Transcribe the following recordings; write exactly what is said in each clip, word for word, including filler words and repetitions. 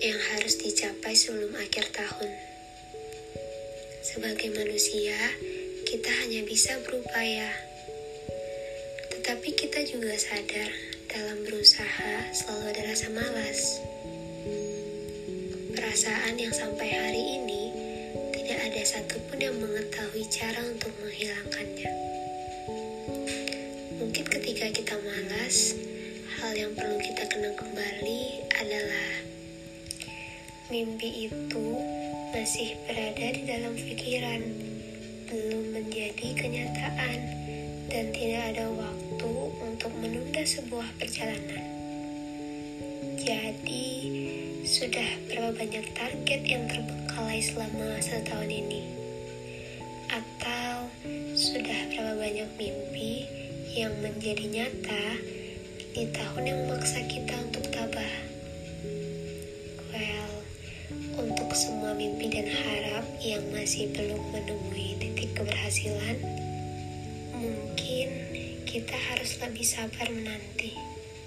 yang harus dicapai sebelum akhir tahun. Sebagai manusia, kita hanya bisa berupaya. Tetapi kita juga sadar dalam berusaha selalu ada rasa malas. Perasaan yang sampai hari ini tidak ada satupun yang mengetahui cara untuk menghilangkannya. Mungkin ketika kita malas, hal yang perlu kita kenang kembali adalah mimpi itu masih berada di dalam pikiran, belum menjadi kenyataan, dan tidak ada waktu untuk menunda sebuah perjalanan. Jadi, sudah berapa banyak target yang terbengkalai selama setahun ini? Atau sudah berapa banyak mimpi yang menjadi nyata di tahun yang memaksa kita untuk tabah? Well, untuk semua mimpi dan harap yang masih belum menemui titik keberhasilan, mungkin kita harus lebih sabar menanti.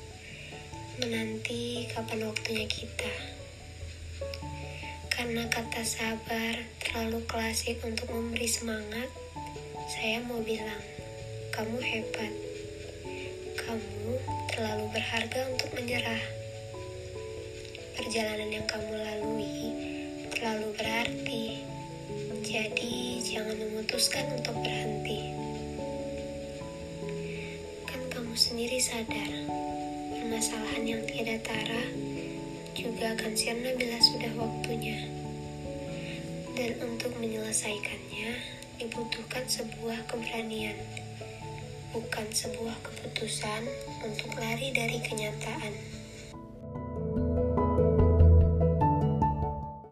Menanti kapan waktunya kita. Karena kata sabar terlalu klasik untuk memberi semangat, saya mau bilang, kamu hebat. Kamu terlalu berharga untuk menyerah. Perjalanan yang kamu lalui terlalu berarti. Jadi jangan memutuskan untuk berhenti. Kan kamu sendiri sadar, permasalahan yang tiada tara juga akan sirna bila sudah waktunya. Dan untuk menyelesaikannya dibutuhkan sebuah keberanian, bukan sebuah keputusan untuk lari dari kenyataan.